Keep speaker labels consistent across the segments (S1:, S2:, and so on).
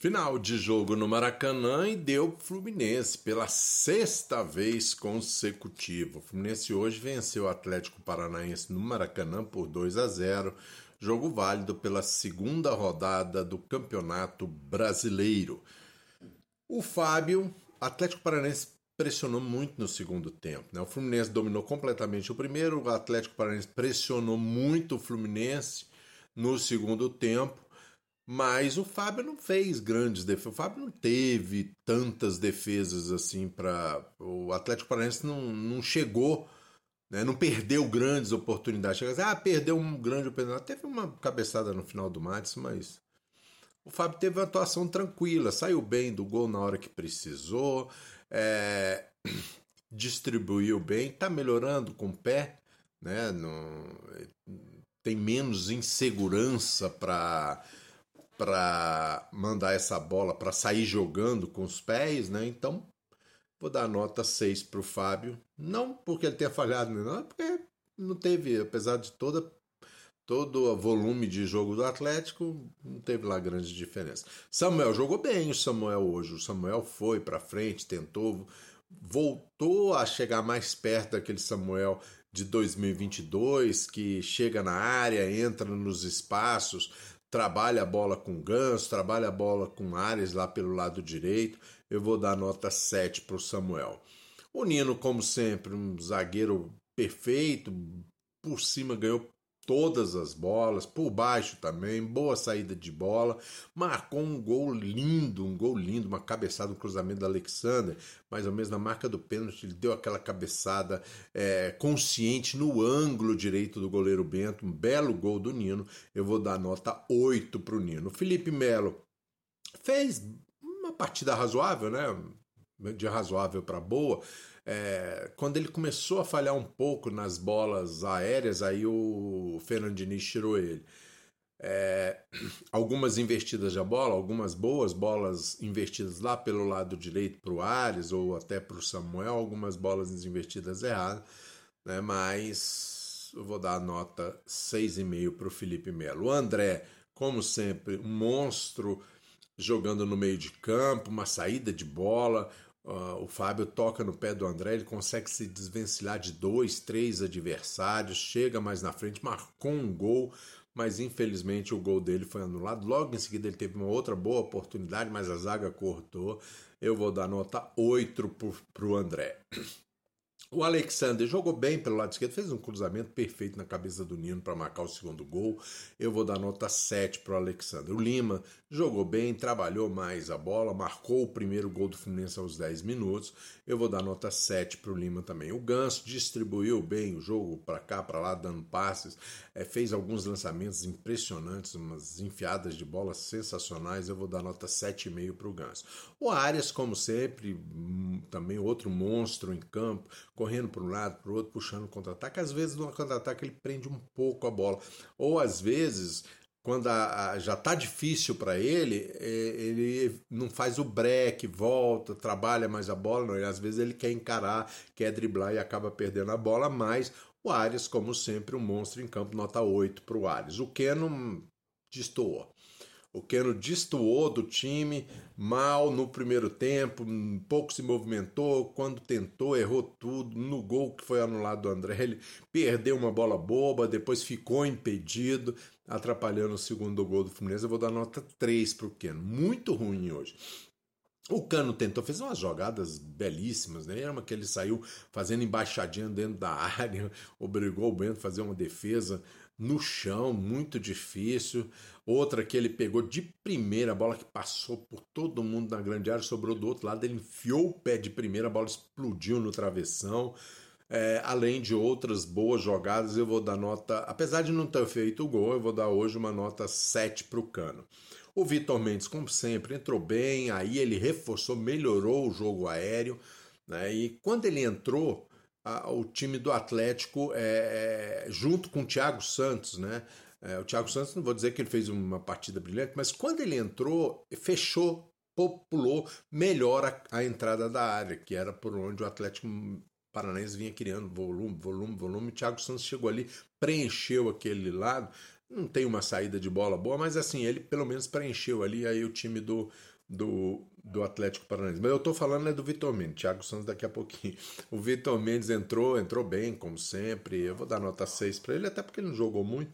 S1: Final de jogo no Maracanã e deu Fluminense pela sexta vez consecutiva. O Fluminense hoje venceu o Atlético Paranaense no Maracanã por 2-0, jogo válido pela segunda rodada do Campeonato Brasileiro. O Atlético Paranaense pressionou muito no segundo tempo, né? O Fluminense dominou completamente o primeiro, o Atlético Paranaense pressionou muito o Fluminense no segundo tempo. Mas o Fábio não fez grandes defesas. O Fábio não teve tantas defesas assim para. O Atlético Paranaense não chegou, né? Não perdeu grandes oportunidades. Chega assim, perdeu uma grande oportunidade. Teve uma cabeçada no final do Matos, mas o Fábio teve uma atuação tranquila, saiu bem do gol na hora que precisou, distribuiu bem, está melhorando com o pé, né? Tem menos insegurança para mandar essa bola, para sair jogando com os pés, né? Então, vou dar nota 6 para o Fábio. Não porque ele tenha falhado, não, é porque não teve, apesar de todo o volume de jogo do Atlético, não teve lá grande diferença. Samuel jogou bem, o Samuel hoje. O Samuel foi para frente, tentou, voltou a chegar mais perto daquele Samuel de 2022, que chega na área, entra nos espaços, trabalha a bola com Ganso, trabalha a bola com Ares lá pelo lado direito. Eu vou dar nota 7 para o Samuel. O Nino, como sempre, um zagueiro perfeito, por cima ganhou todas as bolas, por baixo também, boa saída de bola, marcou um gol lindo, uma cabeçada, um cruzamento do Alexander, mais ou menos na marca do pênalti, ele deu aquela cabeçada consciente no ângulo direito do goleiro Bento, um belo gol do Nino. Eu vou dar nota 8 para o Nino. O Felipe Melo fez uma partida razoável, né? De razoável para boa. Quando ele começou a falhar um pouco nas bolas aéreas, aí o Fernando Diniz tirou ele. Algumas investidas de bola, algumas boas bolas investidas lá pelo lado direito para o Ares ou até para o Samuel, algumas bolas investidas erradas, né? Mas eu vou dar a nota 6,5 para o Felipe Melo. O André, como sempre, um monstro jogando no meio de campo, uma saída de bola. O Fábio toca no pé do André, ele consegue se desvencilhar de 2, 3 adversários, chega mais na frente, marcou um gol, mas infelizmente o gol dele foi anulado. Logo em seguida ele teve uma outra boa oportunidade, mas a zaga cortou. Eu vou dar nota 8 para o André. O Alexander jogou bem pelo lado esquerdo, fez um cruzamento perfeito na cabeça do Nino para marcar o segundo gol. Eu vou dar nota 7 para o Alexander. O Lima jogou bem, trabalhou mais a bola, marcou o primeiro gol do Fluminense aos 10 minutos. Eu vou dar nota 7 para o Lima também. O Ganso distribuiu bem o jogo para cá, para lá, dando passes, fez alguns lançamentos impressionantes, umas enfiadas de bola sensacionais. Eu vou dar nota 7,5 para o Ganso. O Arias, como sempre, também outro monstro em campo, correndo para um lado, para o outro, puxando o contra-ataque. Às vezes no contra-ataque ele prende um pouco a bola. Ou às vezes, quando já está difícil para ele não faz o break, volta, trabalha mais a bola. Não. Às vezes ele quer encarar, quer driblar e acaba perdendo a bola. Mas o Arias, como sempre, um monstro em campo, nota 8 para o Arias. O Keno destoou. O Keno destoou do time, mal no primeiro tempo, pouco se movimentou, quando tentou, errou tudo. No gol que foi anulado do André, ele perdeu uma bola boba, depois ficou impedido, atrapalhando o segundo gol do Fluminense. Eu vou dar nota 3 para o Keno, muito ruim hoje. O Cano tentou, fez umas jogadas belíssimas, né? Era uma que ele saiu fazendo embaixadinha dentro da área, obrigou o Bento a fazer uma defesa no chão, muito difícil. Outra que ele pegou de primeira, a bola que passou por todo mundo na grande área, sobrou do outro lado, ele enfiou o pé de primeira, a bola explodiu no travessão. Além de outras boas jogadas, eu vou dar nota, apesar de não ter feito o gol, eu vou dar hoje uma nota 7 para o Cano. O Vitor Mendes, como sempre, entrou bem, aí ele reforçou, melhorou o jogo aéreo, né? E quando ele entrou, o time do Atlético, junto com o Thiago Santos, né? O Thiago Santos, não vou dizer que ele fez uma partida brilhante, mas quando ele entrou, fechou, populou melhor a entrada da área, que era por onde o Atlético Paranaense vinha criando volume. O Thiago Santos chegou ali, preencheu aquele lado. não tem uma saída de bola boa, mas assim, ele pelo menos preencheu ali aí o time do Atlético Paranaense. Mas eu tô falando do Vitor Mendes, Thiago Santos daqui a pouquinho. O Vitor Mendes entrou bem, como sempre. Eu vou dar nota 6 para ele, até porque ele não jogou muito.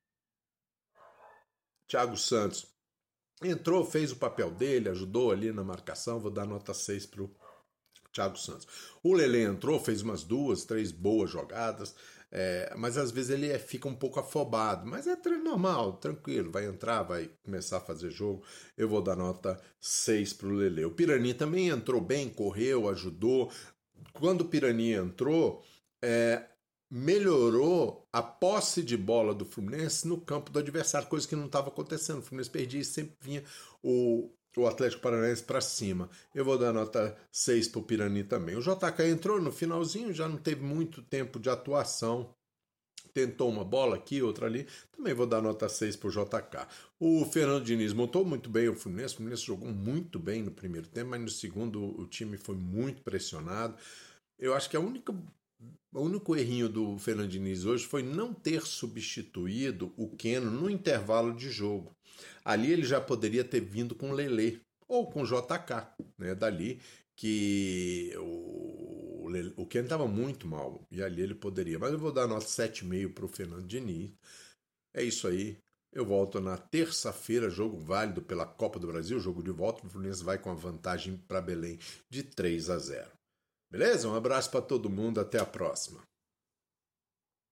S1: Thiago Santos entrou, fez o papel dele, ajudou ali na marcação. Vou dar nota 6 pro Thiago Santos. O Lelê entrou, fez umas 2, 3 boas jogadas, mas às vezes ele fica um pouco afobado. Mas é normal, tranquilo, vai entrar, vai começar a fazer jogo. Eu vou dar nota 6 pro Lelê. O Pirani também entrou bem, correu, ajudou. Quando o Pirani entrou, melhorou a posse de bola do Fluminense no campo do adversário, coisa que não estava acontecendo. O Fluminense perdia e sempre vinha o Atlético Paranaense para cima. Eu vou dar nota 6 para o Pirani também. O JK entrou no finalzinho, já não teve muito tempo de atuação. Tentou uma bola aqui, outra ali. Também vou dar nota 6 para o JK. O Fernando Diniz montou muito bem o Fluminense. O Fluminense jogou muito bem no primeiro tempo, mas no segundo o time foi muito pressionado. Eu acho que o único errinho do Fernando Diniz hoje foi não ter substituído o Keno no intervalo de jogo. Ali ele já poderia ter vindo com o Lelê ou com o JK, né? Dali que o Keno estava muito mal e ali ele poderia. Mas eu vou dar nota 7,5 para o Fernando Diniz. É isso aí. Eu volto na terça-feira, jogo válido pela Copa do Brasil, jogo de volta. O Fluminense vai com a vantagem para Belém de 3-0. Beleza? Um abraço para todo mundo, até a próxima.